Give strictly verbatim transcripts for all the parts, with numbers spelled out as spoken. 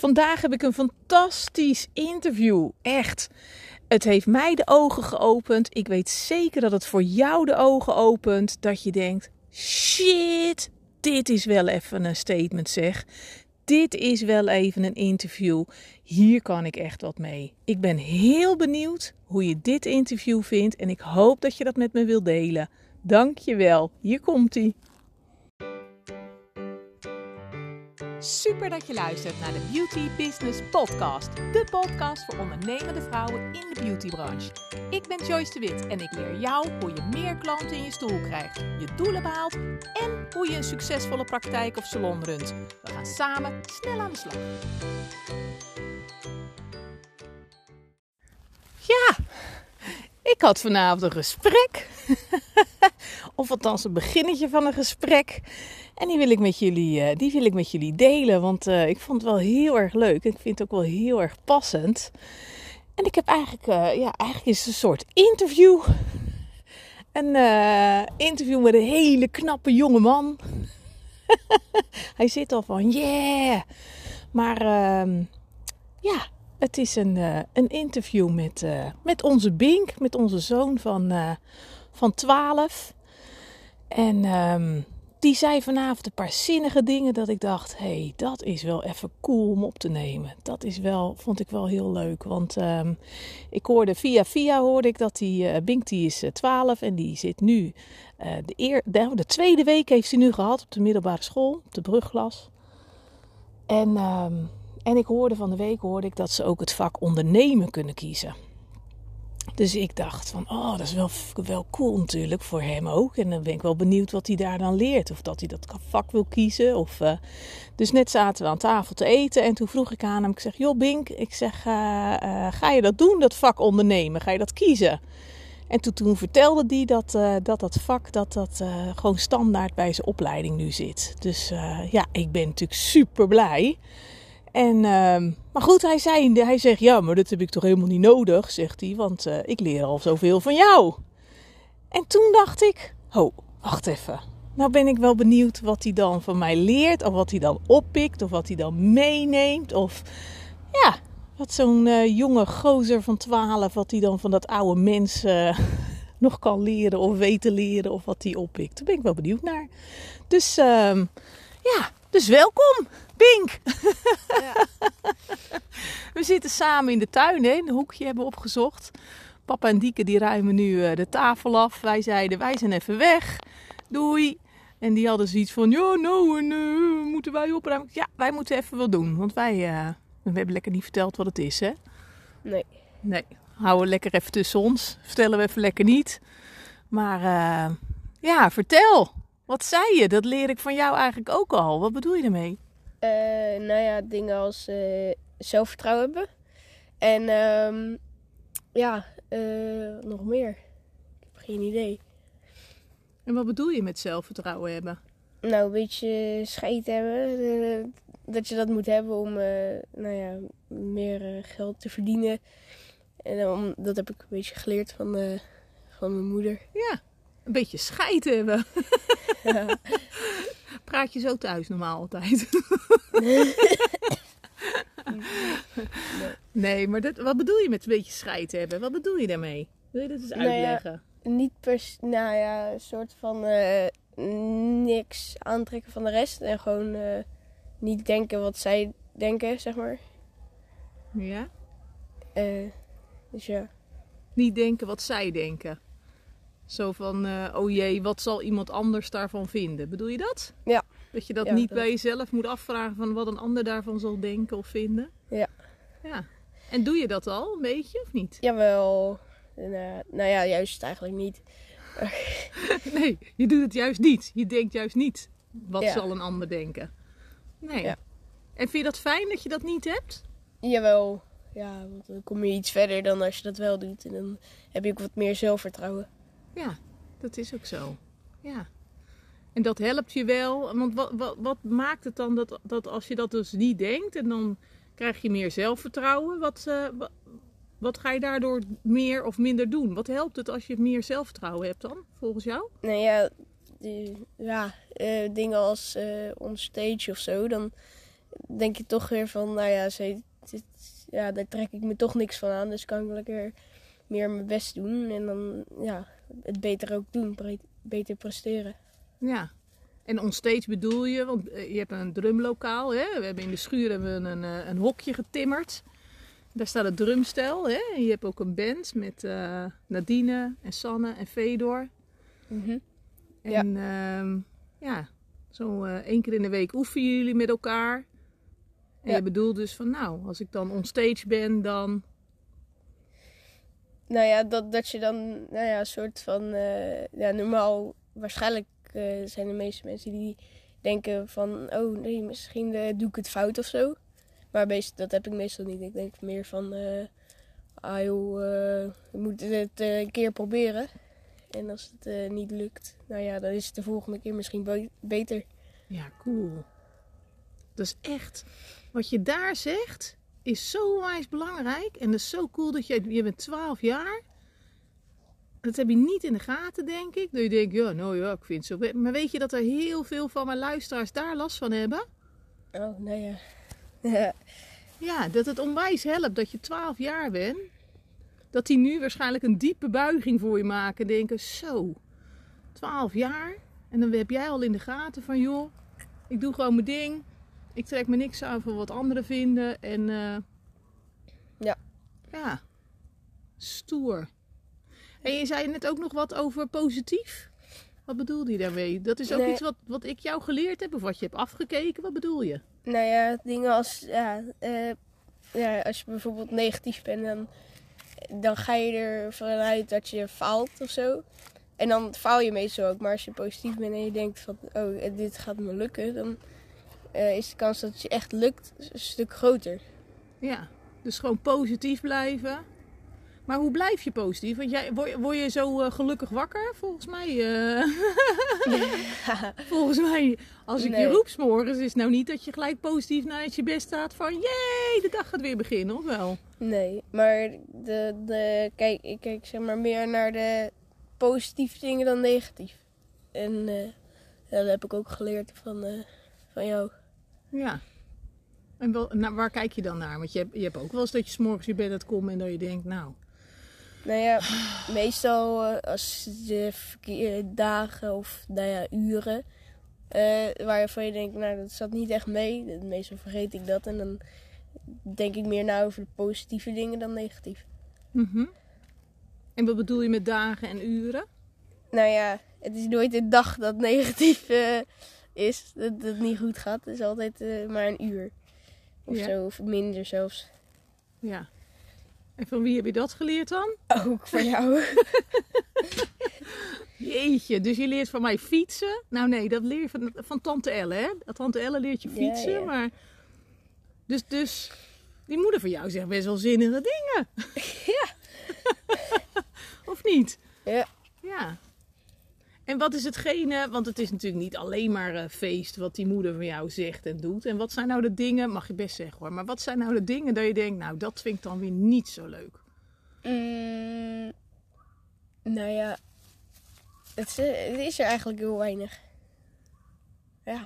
Vandaag heb ik een fantastisch interview. Echt. Het heeft mij de ogen geopend. Ik weet zeker dat het voor jou de ogen opent. Dat je denkt, shit, dit is wel even een statement zeg. Dit is wel even een interview. Hier kan ik echt wat mee. Ik ben heel benieuwd hoe je dit interview vindt. En ik hoop dat je dat met me wilt delen. Dank je wel. Hier komt-ie. Super dat je luistert naar de Beauty Business Podcast. De podcast voor ondernemende vrouwen in de beautybranche. Ik ben Joyce de Wit en ik leer jou hoe je meer klanten in je stoel krijgt, je doelen behaalt en hoe je een succesvolle praktijk of salon runt. We gaan samen snel aan de slag. Ja, ik had vanavond een gesprek. Of althans een beginnetje van een gesprek. En die wil ik met jullie, die wil ik met jullie delen. Want uh, ik vond het wel heel erg leuk. Ik vind het ook wel heel erg passend. En ik heb eigenlijk, uh, ja, eigenlijk is het een soort interview. Een uh, interview met een hele knappe jonge man. Hij zit al van, yeah. Maar uh, ja, het is een, uh, een interview met, uh, met onze Bink. Met onze zoon van, uh, van twaalf. En um, die zei vanavond een paar zinnige dingen dat ik dacht, hé, hey, dat is wel even cool om op te nemen. Dat is wel, vond ik wel heel leuk. Want um, ik hoorde via via hoorde ik dat die uh, Bink die is uh, twaalf en die zit nu uh, de, eer, de, de tweede week heeft hij nu gehad op de middelbare school, op de brugglas. En, um, en ik hoorde van de week hoorde ik dat ze ook het vak ondernemen kunnen kiezen. Dus ik dacht van, oh, dat is wel, wel cool natuurlijk voor hem ook. En dan ben ik wel benieuwd wat hij daar dan leert. Of dat hij dat vak wil kiezen. Of, uh... Dus net zaten we aan tafel te eten. En toen vroeg ik aan hem, ik zeg, joh Bink, ik zeg, uh, uh, ga je dat doen, dat vak ondernemen? Ga je dat kiezen? En toen, toen vertelde hij dat, uh, dat dat vak dat dat, uh, gewoon standaard bij zijn opleiding nu zit. Dus uh, ja, ik ben natuurlijk super blij. En, uh, maar goed, hij, zei, hij zegt, ja, maar dat heb ik toch helemaal niet nodig, zegt hij, want uh, ik leer al zoveel van jou. En toen dacht ik, ho, wacht even. Nou ben ik wel benieuwd wat hij dan van mij leert, of wat hij dan oppikt, of wat hij dan meeneemt. Of ja, wat zo'n uh, jonge gozer van twaalf, wat hij dan van dat oude mens uh, nog kan leren of weten leren, of wat hij oppikt. Daar ben ik wel benieuwd naar. Dus uh, ja, dus welkom. Bink! Ja. We zitten samen in de tuin, hè, in een hoekje hebben we opgezocht. Papa en Dieke die ruimen nu uh, de tafel af. Wij zeiden, wij zijn even weg. Doei! En die hadden zoiets van, ja, nou, en, uh, moeten wij opruimen? Ja, wij moeten even wat doen. Want wij uh, we hebben lekker niet verteld wat het is, hè? Nee. Nee, houden we lekker even tussen ons. Vertellen we even lekker niet. Maar uh, ja, vertel. Wat zei je? Dat leer ik van jou eigenlijk ook al. Wat bedoel je ermee? Uh, nou ja, dingen als uh, zelfvertrouwen hebben. En um, ja, uh, nog meer. Ik heb geen idee. En wat bedoel je met zelfvertrouwen hebben? Nou, een beetje scheid hebben. Uh, dat je dat moet hebben om uh, nou ja, meer uh, geld te verdienen. En uh, om, dat heb ik een beetje geleerd van, uh, van mijn moeder. Ja, een beetje scheid hebben. Ja. Praat je zo thuis normaal altijd? Nee, nee maar dat, wat bedoel je met een beetje scheid hebben? Wat bedoel je daarmee? Wil je dat eens uitleggen? Nou ja, niet per nou ja, een soort van uh, niks aantrekken van de rest. En gewoon uh, niet denken wat zij denken, zeg maar. Ja? Uh, dus ja. Niet denken wat zij denken. Zo van, uh, oh jee, wat zal iemand anders daarvan vinden? Bedoel je dat? Ja. Dat je dat ja, niet dat... bij jezelf moet afvragen van wat een ander daarvan zal denken of vinden? Ja. Ja. En doe je dat al een beetje of niet? Jawel. En, uh, nou ja, juist eigenlijk niet. Nee, je doet het juist niet. Je denkt juist niet, wat ja. zal een ander denken? Nee. Ja. En vind je dat fijn dat je dat niet hebt? Jawel. Ja, want dan kom je iets verder dan als je dat wel doet. En dan heb je ook wat meer zelfvertrouwen. Ja, dat is ook zo. Ja. En dat helpt je wel. Want wat, wat, wat maakt het dan dat, dat als je dat dus niet denkt en dan krijg je meer zelfvertrouwen? Wat, uh, wat, wat ga je daardoor meer of minder doen? Wat helpt het als je meer zelfvertrouwen hebt dan, volgens jou? Nou ja, die, ja uh, dingen als uh, on stage of zo, dan denk je toch weer van, nou ja, ze, dit, ja, daar trek ik me toch niks van aan. Dus kan ik lekker meer mijn best doen. En dan ja, het beter ook doen, beter presteren. Ja. En onstage bedoel je, want je hebt een drumlokaal. Hè? We hebben in de schuur hebben we een, een hokje getimmerd. Daar staat het drumstel. Hè? En je hebt ook een band met uh, Nadine en Sanne en Fedor. Mm-hmm. En ja, uh, ja zo uh, één keer in de week oefenen jullie met elkaar. En ja. Je bedoelt dus van nou, als ik dan onstage ben, dan... Nou ja, dat, dat je dan nou ja, een soort van... Uh, ja, normaal waarschijnlijk uh, zijn de meeste mensen die denken van... Oh nee, misschien uh, doe ik het fout of zo. Maar meest, dat heb ik meestal niet. Ik denk meer van... Uh, ah joh, uh, we moeten het uh, een keer proberen. En als het uh, niet lukt, nou ja, dan is het de volgende keer misschien be- beter. Ja, cool. Dat is echt... Wat je daar zegt, is zo onwijs belangrijk. En dat is zo cool dat je... Je bent twaalf jaar. Dat heb je niet in de gaten, denk ik. Dat je denkt, ja, nou ja, ik vind het zo... Maar weet je dat er heel veel van mijn luisteraars daar last van hebben? Oh, nou ja. Ja. Ja, dat het onwijs helpt dat je twaalf jaar bent. Dat die nu waarschijnlijk een diepe buiging voor je maken. En denken, zo, twaalf jaar. En dan heb jij al in de gaten van, joh, ik doe gewoon mijn ding. Ik trek me niks aan van wat anderen vinden. En uh, ja. Ja, stoer. En je zei net ook nog wat over positief. Wat bedoelde je daarmee? Dat is ook nee. iets wat, wat ik jou geleerd heb of wat je hebt afgekeken. Wat bedoel je? Nou ja, dingen als... Ja, uh, ja, als je bijvoorbeeld negatief bent, dan, dan ga je ervan uit dat je faalt of zo. En dan faal je meestal ook. Maar als je positief bent en je denkt van... Oh, dit gaat me lukken. Dan uh, is de kans dat het je echt lukt een stuk groter. Ja, dus gewoon positief blijven. Maar hoe blijf je positief? Want jij, word, word je zo uh, gelukkig wakker? Volgens mij... Uh... ja. Volgens mij, als ik nee. je roep 's morgens, is het nou niet dat je gelijk positief naast je best staat van... Jee, de dag gaat weer beginnen, of wel? Nee, maar de, de, kijk, ik kijk zeg maar meer naar de positieve dingen dan negatief. En uh, ja, dat heb ik ook geleerd van, uh, van jou. Ja. En wel, nou, waar kijk je dan naar? Want je hebt, je hebt ook wel eens dat je 's morgens je bed uitkomt en dat je denkt, nou... Nou ja, meestal uh, als de verkeerde dagen of nou ja, uren... Uh, waarvan je denkt, nou dat zat niet echt mee. Meestal vergeet ik dat en dan denk ik meer na over de positieve dingen dan negatief. Mm-hmm. En wat bedoel je met dagen en uren? Nou ja, het is nooit een dag dat negatief uh, is, dat het niet goed gaat. Het is altijd uh, maar een uur. Of ja. zo, of minder zelfs. Ja. En van wie heb je dat geleerd dan? Ook van jou. Jeetje, dus je leert van mij fietsen. Nou nee, dat leer je van, van tante Elle, hè? Tante Elle leert je fietsen, ja, ja. maar... Dus, dus, die moeder van jou zegt best wel zinnige dingen. Ja. Of niet? Ja. Ja. En wat is hetgene, want het is natuurlijk niet alleen maar uh, feest wat die moeder van jou zegt en doet. En wat zijn nou de dingen, mag je best zeggen hoor, maar wat zijn nou de dingen dat je denkt, nou dat vind ik dan weer niet zo leuk? Mm, nou ja, het is, het is er eigenlijk heel weinig. Ja.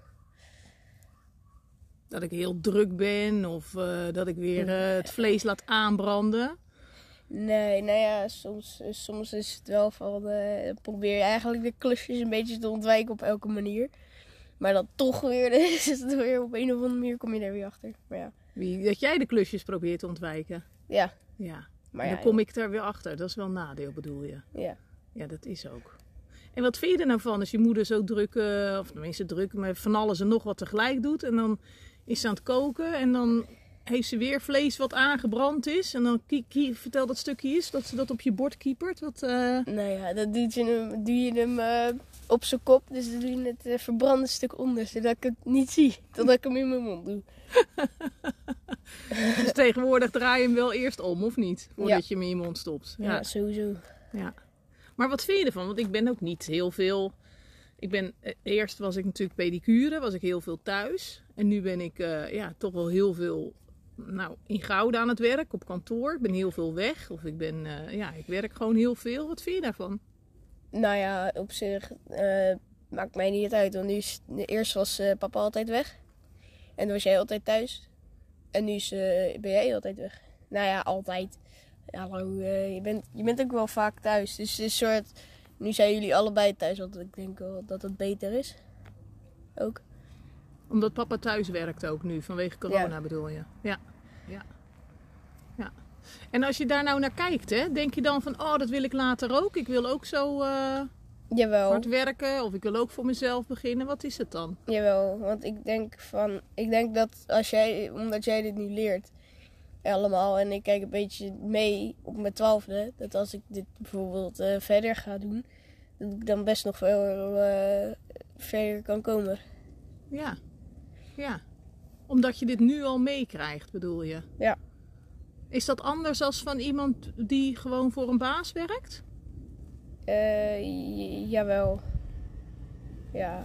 Dat ik heel druk ben of uh, dat ik weer uh, het vlees laat aanbranden. Nee, nou ja, soms, soms is het wel van... Uh, probeer je eigenlijk de klusjes een beetje te ontwijken op elke manier. Maar dan toch weer, is het weer op een of andere manier kom je er weer achter. Maar ja. Wie, dat jij de klusjes probeert te ontwijken? Ja. Ja, maar dan ja, kom ik er weer achter. Dat is wel een nadeel, bedoel je? Ja. Ja, dat is ook. En wat vind je er nou van als je moeder zo druk, uh, of tenminste druk, maar van alles en nog wat tegelijk doet. En dan is ze aan het koken en dan... heeft ze weer vlees wat aangebrand is. En dan kie, kie, vertel dat stukje is dat ze dat op je bord kiepert. Wat, uh... Nou ja, dan doe je hem, doe je hem uh, op zijn kop. Dus dan doe je het uh, verbrande stuk onder. Zodat ik het niet zie. Totdat ik hem in mijn mond doe. Dus tegenwoordig draai je hem wel eerst om, of niet? Voordat ja. je hem in je mond stopt. Ja, ja sowieso. Ja. Maar wat vind je ervan? Want ik ben ook niet heel veel... Ik ben, eerst was ik natuurlijk pedicure, was ik heel veel thuis. En nu ben ik uh, ja, toch wel heel veel nou, in Gouda aan het werk, op kantoor. Ik ben heel veel weg, of ik, ben, uh, ja, ik werk gewoon heel veel. Wat vind je daarvan? Nou ja, op zich uh, maakt mij niet uit. Want nu is, eerst was uh, papa altijd weg. En dan was jij altijd thuis. En nu is, uh, ben jij altijd weg. Nou ja, altijd. Ja, lang, uh, je, bent, je bent ook wel vaak thuis. Dus het is een soort... Nu zijn jullie allebei thuis, want ik denk wel dat het beter is. Ook. Omdat papa thuis werkt ook nu, vanwege corona Ja. bedoel je? Ja. ja. Ja. En als je daar nou naar kijkt, hè, denk je dan van, oh, dat wil ik later ook. Ik wil ook zo uh, Jawel. hard werken of ik wil ook voor mezelf beginnen. Wat is het dan? Jawel, want ik denk van... Ik denk dat als jij... Omdat jij dit nu leert... Allemaal. En ik kijk een beetje mee op mijn twaalfde. Dat als ik dit bijvoorbeeld uh, verder ga doen. Dat ik dan best nog veel uh, verder kan komen. Ja. Ja. Omdat je dit nu al meekrijgt, bedoel je? Ja. Is dat anders als van iemand die gewoon voor een baas werkt? Uh, j- jawel. Ja.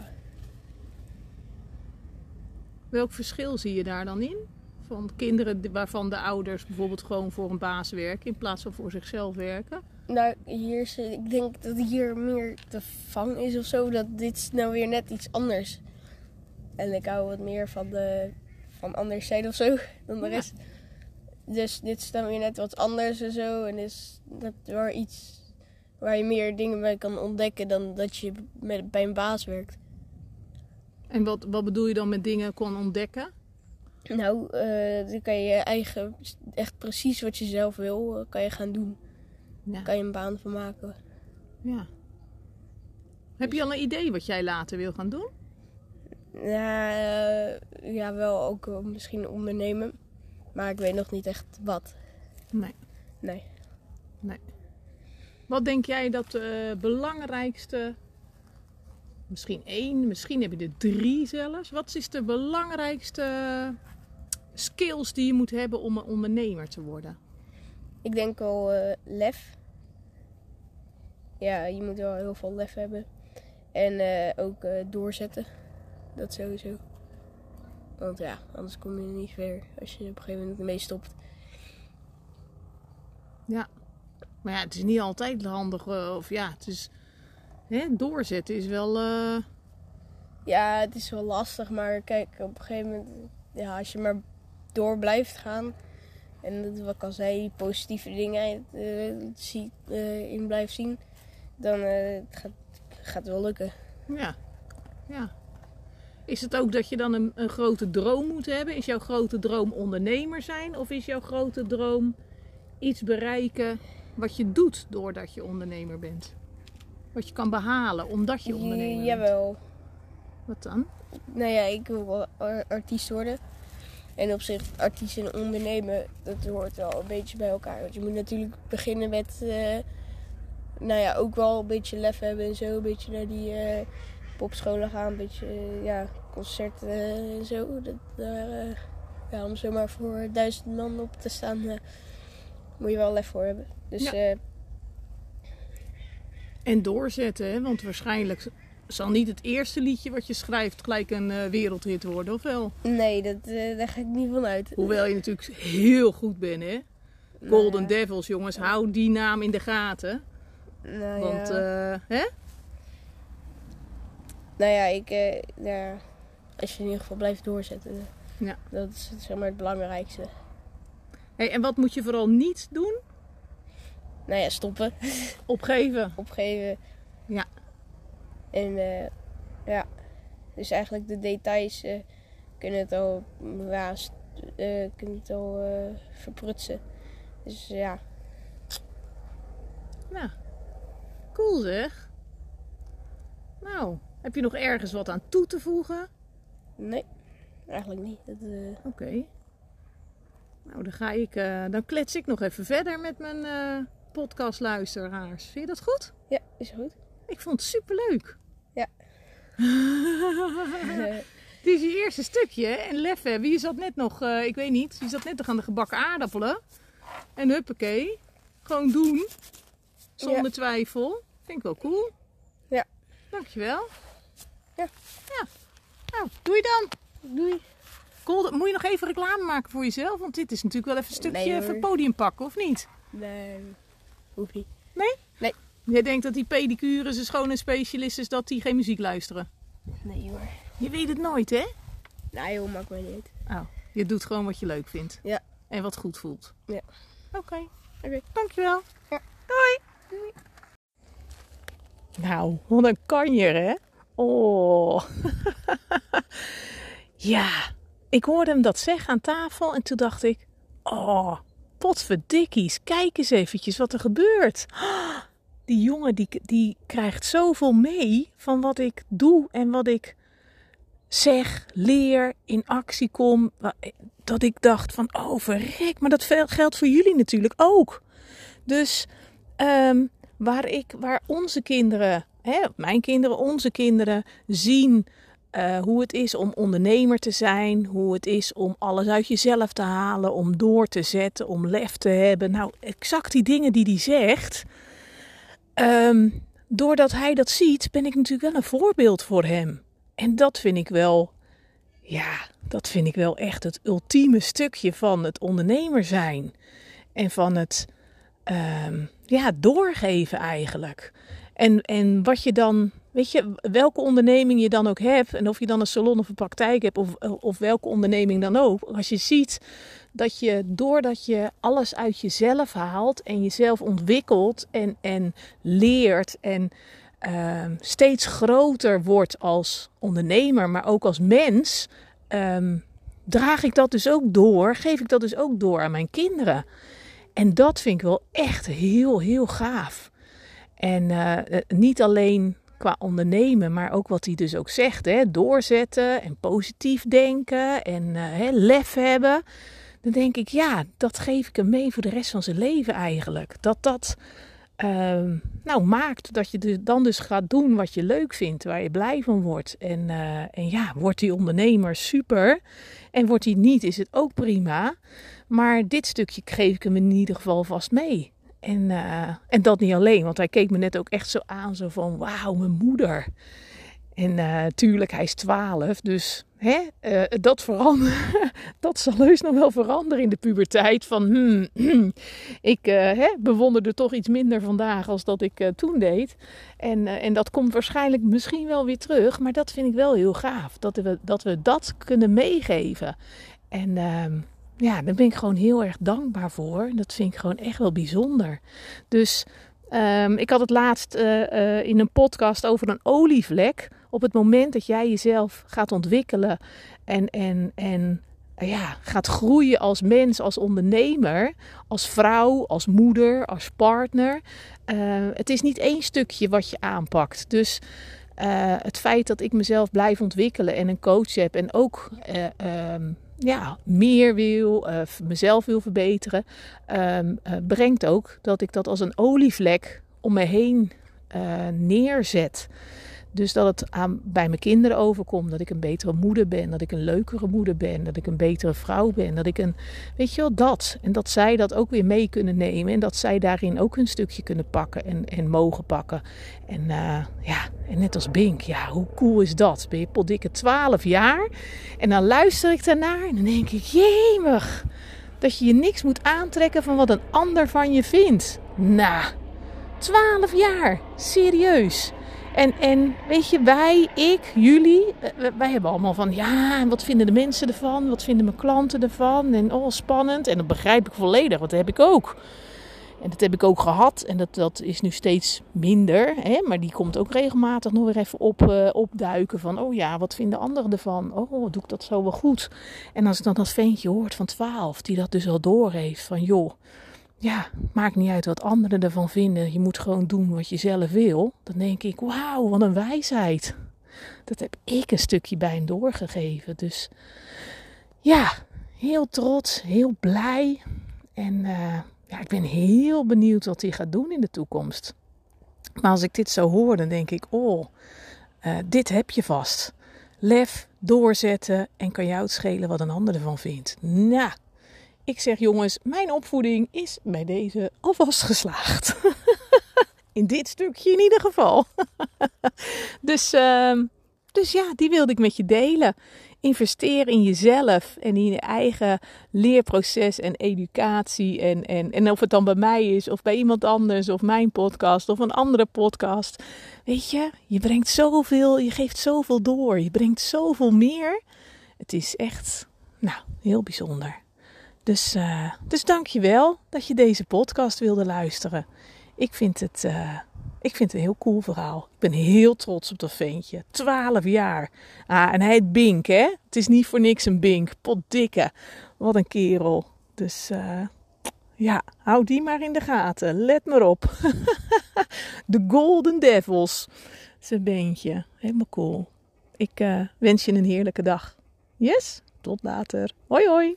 Welk verschil zie je daar dan in? Van kinderen waarvan de ouders bijvoorbeeld gewoon voor een baas werken in plaats van voor zichzelf werken? Nou, hier is, ik denk dat hier meer te vang is of zo. Dat dit is nou weer net iets anders. En ik hou wat meer van, de, van anders zijn of zo dan de Ja. rest. Dus dit is dan weer net wat anders en zo. En is dat wel iets waar je meer dingen bij kan ontdekken dan dat je met, bij een baas werkt. En wat, wat bedoel je dan met dingen kon ontdekken? Nou, uh, dan kan je je eigen, echt precies wat je zelf wil, uh, kan je gaan doen. Ja. Daar kan je een baan van maken. ja. Heb je al een idee wat jij later wil gaan doen? Ja, uh, ja wel ook uh, misschien ondernemen. Maar ik weet nog niet echt wat. Nee. Nee. nee. Wat denk jij dat de belangrijkste... Misschien één, misschien heb je er drie zelfs. Wat is de belangrijkste skills die je moet hebben om een ondernemer te worden? Ik denk al uh, lef. Ja, je moet wel heel veel lef hebben. En uh, ook uh, doorzetten. Dat sowieso. Want ja, anders kom je er niet ver als je op een gegeven moment ermee stopt. Ja. Maar ja, het is niet altijd handig. Uh, of ja, het is... Hè, doorzetten is wel... Uh... Ja, het is wel lastig. Maar kijk, op een gegeven moment... Ja, als je maar door blijft gaan... En dat, wat ik al zei, positieve dingen uh, zie, uh, in blijft zien... Dan uh, het gaat het wel lukken. Ja. Ja. Is het ook dat je dan een, een grote droom moet hebben? Is jouw grote droom ondernemer zijn? Of is jouw grote droom iets bereiken wat je doet doordat je ondernemer bent? Wat je kan behalen omdat je ondernemer J- jawel. bent? Wat dan? Nou ja, ik wil wel ar- artiest worden. En op zich, artiest en ondernemen, dat hoort wel een beetje bij elkaar. Want je moet natuurlijk beginnen met... Uh, nou ja, ook wel een beetje lef hebben en zo. Een beetje naar die uh, popscholen gaan. Een beetje, uh, ja, concerten uh, en zo. Dat, daar, uh, ja, om zomaar voor duizend man op te staan, uh, moet je wel lef voor hebben. Dus... Ja. Uh, En doorzetten, hè? Want waarschijnlijk zal niet het eerste liedje wat je schrijft gelijk een uh, wereldhit worden, of wel? nee, dat, uh, daar ga ik niet van uit. Hoewel je natuurlijk heel goed bent, hè? Nou Golden ja. Devils, jongens, hou die naam in de gaten. Nou Want, ja. uh, hè? Nou ja, ik, uh, ja, als je in ieder geval blijft doorzetten. Ja. Dat is zeg maar het belangrijkste. Hey, en wat moet je vooral niet doen? Nou ja, stoppen. Opgeven. Opgeven. Ja. En uh, ja, dus eigenlijk de details uh, kunnen het al, ja, st- uh, kunnen het al uh, verprutsen. Dus ja. Nou, cool zeg. Nou, heb je nog ergens wat aan toe te voegen? Nee, eigenlijk niet. Dat, uh... Oké. Okay. Nou, dan ga ik, uh, dan klets ik nog even verder met mijn uh, podcastluisteraars. Vind je dat goed? Ja, is goed. Ik vond het superleuk. Ja. Dit is je eerste stukje, hè? En lef hebben. Je zat net nog, uh, ik weet niet, je zat net nog aan de gebakken aardappelen. En huppakee. Gewoon doen. Zonder ja. twijfel. Vind ik wel cool. Ja. Dankjewel. Ja. Ja. Nou, doei dan. Doei. Cool, moet je nog even reclame maken voor jezelf? Want dit is natuurlijk wel even een stukje nee, voor podium pakken, of niet? Nee, hoeft niet. Nee? Nee. Jij denkt dat die pedicures en schoonheidsspecialisten dat die geen muziek luisteren? Nee hoor. Je weet het nooit, hè? Nou joh, maakt mij niet uit. Oh, je doet gewoon wat je leuk vindt. Ja. En wat goed voelt. Ja. Oké. Okay. Oké. Dankjewel. Ja. Doei. Doei. Nou, wat een kanjer, hè? Oh. Ja, ik hoorde hem dat zeggen aan tafel en toen dacht ik... Oh, potverdikkies, kijk eens eventjes wat er gebeurt. Oh, die jongen die, die krijgt zoveel mee van wat ik doe en wat ik zeg, leer, in actie kom. Dat ik dacht van, oh verrek, maar dat geldt voor jullie natuurlijk ook. Dus um, waar, ik, waar onze kinderen, hè, mijn kinderen, onze kinderen zien... Uh, hoe het is om ondernemer te zijn, hoe het is om alles uit jezelf te halen, om door te zetten, om lef te hebben. Nou, exact die dingen die hij zegt. Um, doordat hij dat ziet, ben ik natuurlijk wel een voorbeeld voor hem. En dat vind ik wel, ja, dat vind ik wel echt het ultieme stukje van het ondernemer zijn. En van het, um, ja, doorgeven eigenlijk. En, en wat je dan, weet je, welke onderneming je dan ook hebt. En of je dan een salon of een praktijk hebt. Of, of welke onderneming dan ook. Als je ziet dat je, doordat je alles uit jezelf haalt. En jezelf ontwikkelt. En, en leert. En uh, steeds groter wordt als ondernemer. Maar ook als mens. Um, draag ik dat dus ook door. Geef ik dat dus ook door aan mijn kinderen. En dat vind ik wel echt heel, heel gaaf. En uh, niet alleen qua ondernemen, maar ook wat hij dus ook zegt. Hè? Doorzetten en positief denken en uh, hè, lef hebben. Dan denk ik, ja, dat geef ik hem mee voor de rest van zijn leven eigenlijk. Dat dat uh, nou, maakt dat je dan dus gaat doen wat je leuk vindt, waar je blij van wordt. En, uh, en ja, wordt die ondernemer super. En wordt hij niet, is het ook prima. Maar dit stukje geef ik hem in ieder geval vast mee. En, uh, en dat niet alleen, want hij keek me net ook echt zo aan, zo van wauw, mijn moeder. En uh, tuurlijk, hij is twaalf, dus hè, uh, dat, verander, dat zal heus nog wel veranderen in de puberteit. Van hmm, ik uh, hè, bewonderde toch iets minder vandaag als dat ik uh, toen deed. En, uh, en dat komt waarschijnlijk misschien wel weer terug, maar dat vind ik wel heel gaaf. Dat we dat, we dat kunnen meegeven. En... Uh, Ja, daar ben ik gewoon heel erg dankbaar voor. Dat vind ik gewoon echt wel bijzonder. Dus um, ik had het laatst uh, uh, in een podcast over een olievlek. Op het moment dat jij jezelf gaat ontwikkelen en, en, en uh, ja, gaat groeien als mens, als ondernemer, als vrouw, als moeder, als partner. Uh, het is niet één stukje wat je aanpakt. Dus uh, het feit dat ik mezelf blijf ontwikkelen en een coach heb en ook... Uh, um, ja, meer wil, uh, mezelf wil verbeteren, um, uh, brengt ook dat ik dat als een olievlek om me heen uh, neerzet. Dus dat het aan, bij mijn kinderen overkomt, dat ik een betere moeder ben, dat ik een leukere moeder ben, dat ik een betere vrouw ben, dat ik een, weet je wel, dat. En dat zij dat ook weer mee kunnen nemen en dat zij daarin ook een stukje kunnen pakken en, en mogen pakken. En uh, ja, en net als Bink, ja, hoe cool is dat? Ben je potdikke twaalf jaar en dan luister ik daarnaar en dan denk ik, jemig, dat je je niks moet aantrekken van wat een ander van je vindt. Nou, twaalf jaar, serieus. En, en weet je, wij, ik, jullie, wij hebben allemaal van, ja, wat vinden de mensen ervan? Wat vinden mijn klanten ervan? En oh, spannend. En dat begrijp ik volledig, want dat heb ik ook. En dat heb ik ook gehad. En dat, dat is nu steeds minder. Hè? Maar die komt ook regelmatig nog weer even op, uh, opduiken van, oh ja, wat vinden anderen ervan? Oh, doe ik dat zo wel goed? En als ik dan dat ventje hoort van twaalf, die dat dus al doorheeft van, joh. Ja, maakt niet uit wat anderen ervan vinden. Je moet gewoon doen wat je zelf wil. Dan denk ik, wauw, wat een wijsheid. Dat heb ik een stukje bij hem doorgegeven. Dus ja, heel trots, heel blij. En uh, ja, ik ben heel benieuwd wat hij gaat doen in de toekomst. Maar als ik dit zo hoor, dan denk ik, oh, uh, dit heb je vast. Lef, doorzetten en kan jou het schelen wat een ander ervan vindt. Nou. Ik zeg jongens, mijn opvoeding is bij deze alvast geslaagd. In dit stukje in ieder geval. dus, uh, dus ja, die wilde ik met je delen. Investeer in jezelf en in je eigen leerproces en educatie. En, en, en of het dan bij mij is of bij iemand anders of mijn podcast of een andere podcast. Weet je, je brengt zoveel, je geeft zoveel door. Je brengt zoveel meer. Het is echt, nou, heel bijzonder. Dus, uh, dus dank je wel dat je deze podcast wilde luisteren. Ik vind het, uh, ik vind het een heel cool verhaal. Ik ben heel trots op dat ventje. twaalf jaar. Ah, en hij heet Bink, hè? Het is niet voor niks een Bink. Potdikke. Wat een kerel. Dus uh, ja, hou die maar in de gaten. Let maar op. De Golden Devils. Zijn beentje. Helemaal cool. Ik uh, wens je een heerlijke dag. Yes? Tot later. Hoi hoi.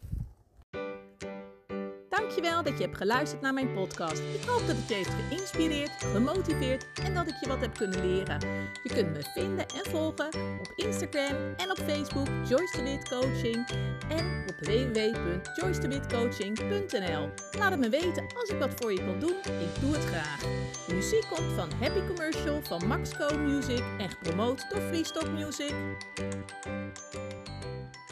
Dankjewel dat je hebt geluisterd naar mijn podcast. Ik hoop dat het je heeft geïnspireerd, gemotiveerd en dat ik je wat heb kunnen leren. Je kunt me vinden en volgen op Instagram en op Facebook Joyce de Wit Coaching en op w w w punt joyce de wit coaching punt n l. Laat het me weten als ik wat voor je kan doen. Ik doe het graag. De muziek komt van Happy Commercial van Maxco Music en gepromoot door Freestock Music.